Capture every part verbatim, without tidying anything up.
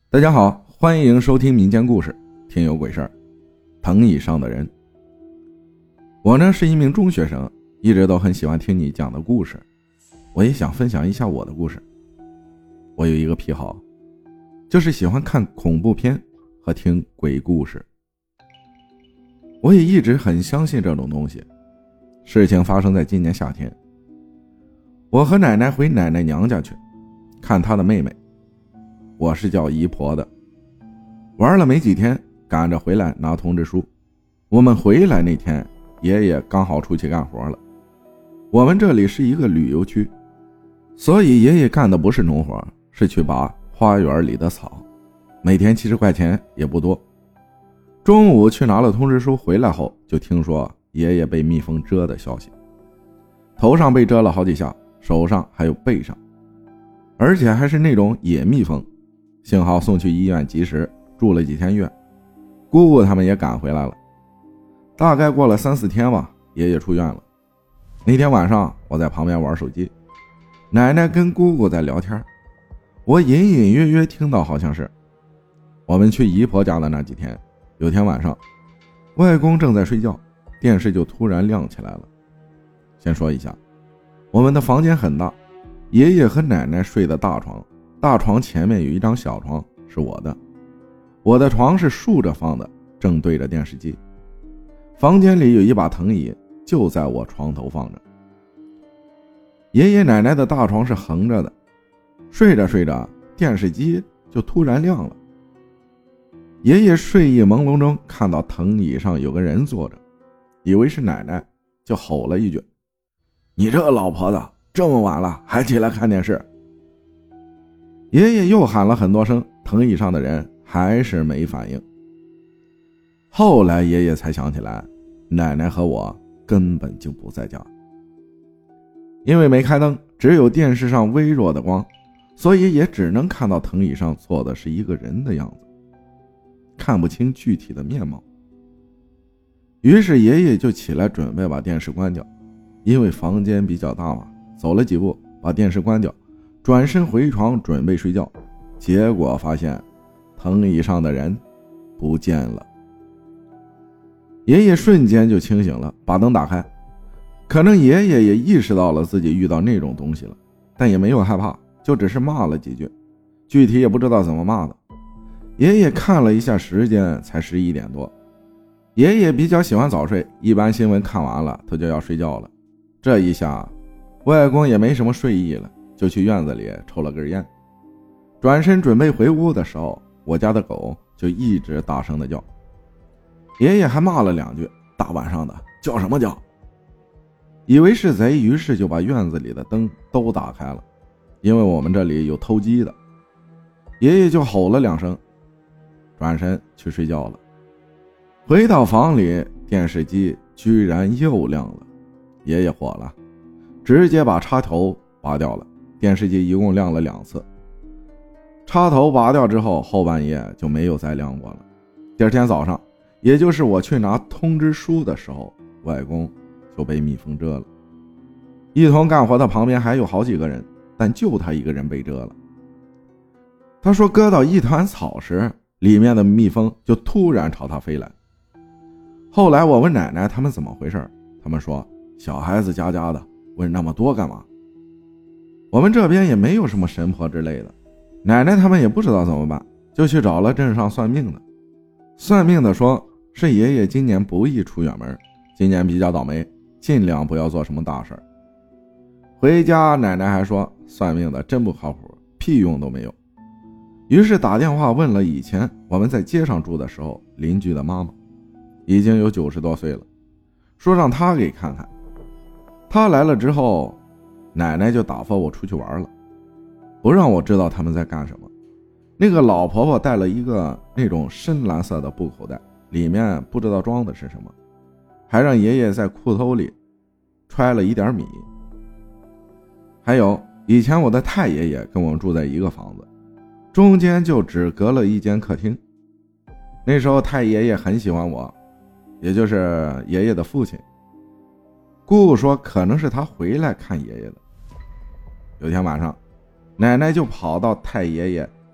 大家好，欢迎收听民间故事，听有鬼事儿。藤椅上的人。我呢是一名中学生，一直都很喜欢听你讲的故事，我也想分享一下我的故事。我有一个癖好，就是喜欢看恐怖片和听鬼故事。我也一直很相信这种东西。事情发生在今年夏天，我和奶奶回奶奶娘家去看她的妹妹，我是叫姨婆的。玩了没几天，赶着回来拿通知书。我们回来那天，爷爷刚好出去干活了。我们这里是一个旅游区，所以爷爷干的不是农活，是去拔花园里的草，每天七十块钱也不多。中午去拿了通知书，回来后就听说爷爷被蜜蜂蛰的消息，头上被蛰了好几下，手上还有背上，而且还是那种野蜜蜂。幸好送去医院及时，住了几天院，姑姑他们也赶回来了。大概过了三四天吧，爷爷出院了。那天晚上我在旁边玩手机，奶奶跟姑姑在聊天，我隐隐约约听到好像是我们去姨婆家的那几天，有天晚上外公正在睡觉，电视就突然亮起来了。先说一下，我们的房间很大，爷爷和奶奶睡的大床，大床前面有一张小床是我的，我的床是竖着放的，正对着电视机。房间里有一把藤椅，就在我床头放着。爷爷奶奶的大床是横着的，睡着睡着电视机就突然亮了。爷爷睡意朦胧中看到藤椅上有个人坐着，以为是奶奶，就吼了一句：你这老婆子，这么晚了还起来看电视。爷爷又喊了很多声，藤椅上的人还是没反应。后来爷爷才想起来，奶奶和我根本就不在家。因为没开灯，只有电视上微弱的光，所以也只能看到藤椅上坐的是一个人的样子，看不清具体的面貌。于是爷爷就起来准备把电视关掉，因为房间比较大嘛，走了几步把电视关掉，转身回床准备睡觉，结果发现藤椅上的人不见了。爷爷瞬间就清醒了，把灯打开。可能爷爷也意识到了自己遇到那种东西了，但也没有害怕，就只是骂了几句，具体也不知道怎么骂的。爷爷看了一下时间，才十一点多。爷爷比较喜欢早睡，一般新闻看完了他就要睡觉了。这一下外公也没什么睡意了，就去院子里抽了根烟。转身准备回屋的时候，我家的狗就一直大声的叫。爷爷还骂了两句，大晚上的叫什么叫，以为是贼，于是就把院子里的灯都打开了，因为我们这里有偷鸡的。爷爷就吼了两声，转身去睡觉了。回到房里，电视机居然又亮了，爷爷火了，直接把插头拔掉了。电视机一共亮了两次，插头拔掉之后，后半夜就没有再亮过了。第二天早上，也就是我去拿通知书的时候，外公就被蜜蜂蛰了。一同干活的旁边还有好几个人，但就他一个人被蛰了。他说割到一团草时，里面的蜜蜂就突然朝他飞来。后来我问奶奶他们怎么回事，他们说小孩子家家的，问那么多干嘛。我们这边也没有什么神婆之类的，奶奶他们也不知道怎么办，就去找了镇上算命的。算命的说是爷爷今年不宜出远门，今年比较倒霉，尽量不要做什么大事。回家奶奶还说算命的真不靠谱，屁用都没有。于是打电话问了以前我们在街上住的时候邻居的妈妈，已经有九十多岁了，说让她给看看。她来了之后，奶奶就打发我出去玩了，不让我知道他们在干什么。那个老婆婆带了一个那种深蓝色的布口袋，里面不知道装的是什么，还让爷爷在裤兜里揣了一点米。还有以前我的太爷爷跟我们住在一个房子，中间就只隔了一间客厅。那时候太爷爷很喜欢我，也就是爷爷的父亲。姑姑说可能是他回来看爷爷的。有天晚上，奶奶就跑到太爷爷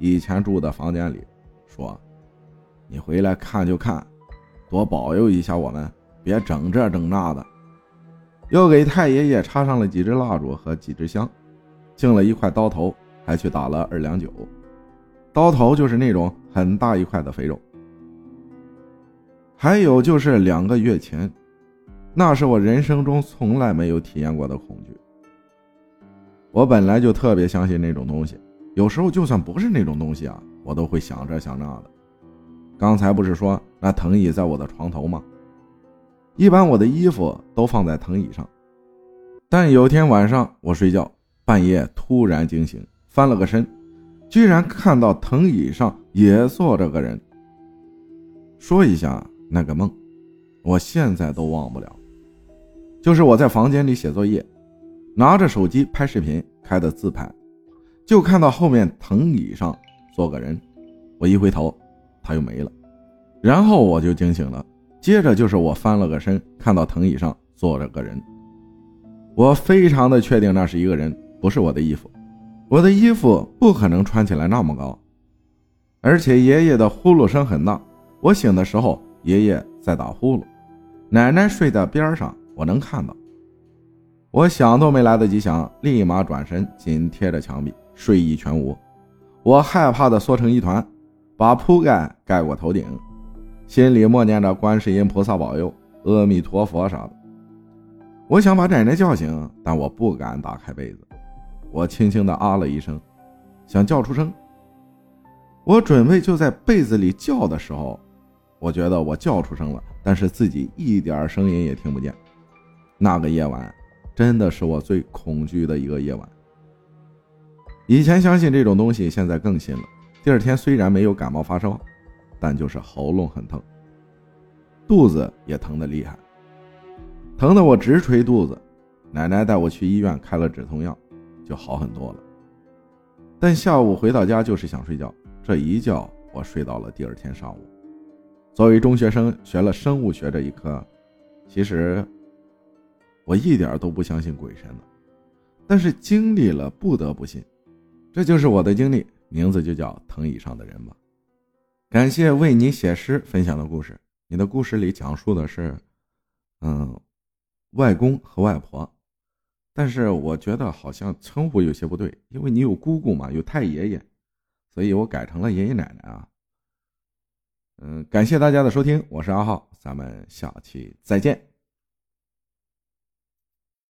以前住的房间里，说：“你回来看就看，多保佑一下我们，别整这整那的。”又给太爷爷插上了几支蜡烛和几支香，敬了一块刀头，还去打了二两酒。刀头就是那种很大一块的肥肉。还有就是两个月前，那是我人生中从来没有体验过的恐惧。我本来就特别相信那种东西，有时候就算不是那种东西啊，我都会想这想那的。刚才不是说那藤椅在我的床头吗？一般我的衣服都放在藤椅上，但有天晚上我睡觉，半夜突然惊醒，翻了个身，居然看到藤椅上也坐着个人。说一下那个梦，我现在都忘不了。就是我在房间里写作业，拿着手机拍视频，开的自拍，就看到后面藤椅上坐个人，我一回头他又没了，然后我就惊醒了。接着就是我翻了个身，看到藤椅上坐着个人，我非常的确定那是一个人，不是我的衣服。我的衣服不可能穿起来那么高，而且爷爷的呼噜声很大，我醒的时候爷爷在打呼噜，奶奶睡在边上，我能看到。我想都没来得及想，立马转身紧贴着墙壁，睡意全无。我害怕的缩成一团，把铺盖盖过头顶，心里默念着观世音菩萨保佑、阿弥陀佛啥的。我想把奶奶叫醒，但我不敢打开被子。我轻轻地啊了一声，想叫出声。我准备就在被子里叫的时候，我觉得我叫出声了，但是自己一点声音也听不见。那个夜晚真的是我最恐惧的一个夜晚。以前相信这种东西，现在更信了。第二天虽然没有感冒发烧，但就是喉咙很疼，肚子也疼得厉害，疼得我直捶肚子。奶奶带我去医院开了止痛药，就好很多了。但下午回到家就是想睡觉，这一觉我睡到了第二天上午。作为中学生，学了生物学这一科，其实我一点都不相信鬼神的，但是经历了不得不信。这就是我的经历，名字就叫藤椅上的人吧。感谢为你写诗分享的故事，你的故事里讲述的是嗯，外公和外婆，但是我觉得好像称呼有些不对，因为你有姑姑嘛，有太爷爷，所以我改成了爷爷奶奶啊。嗯，感谢大家的收听，我是阿浩，咱们下期再见。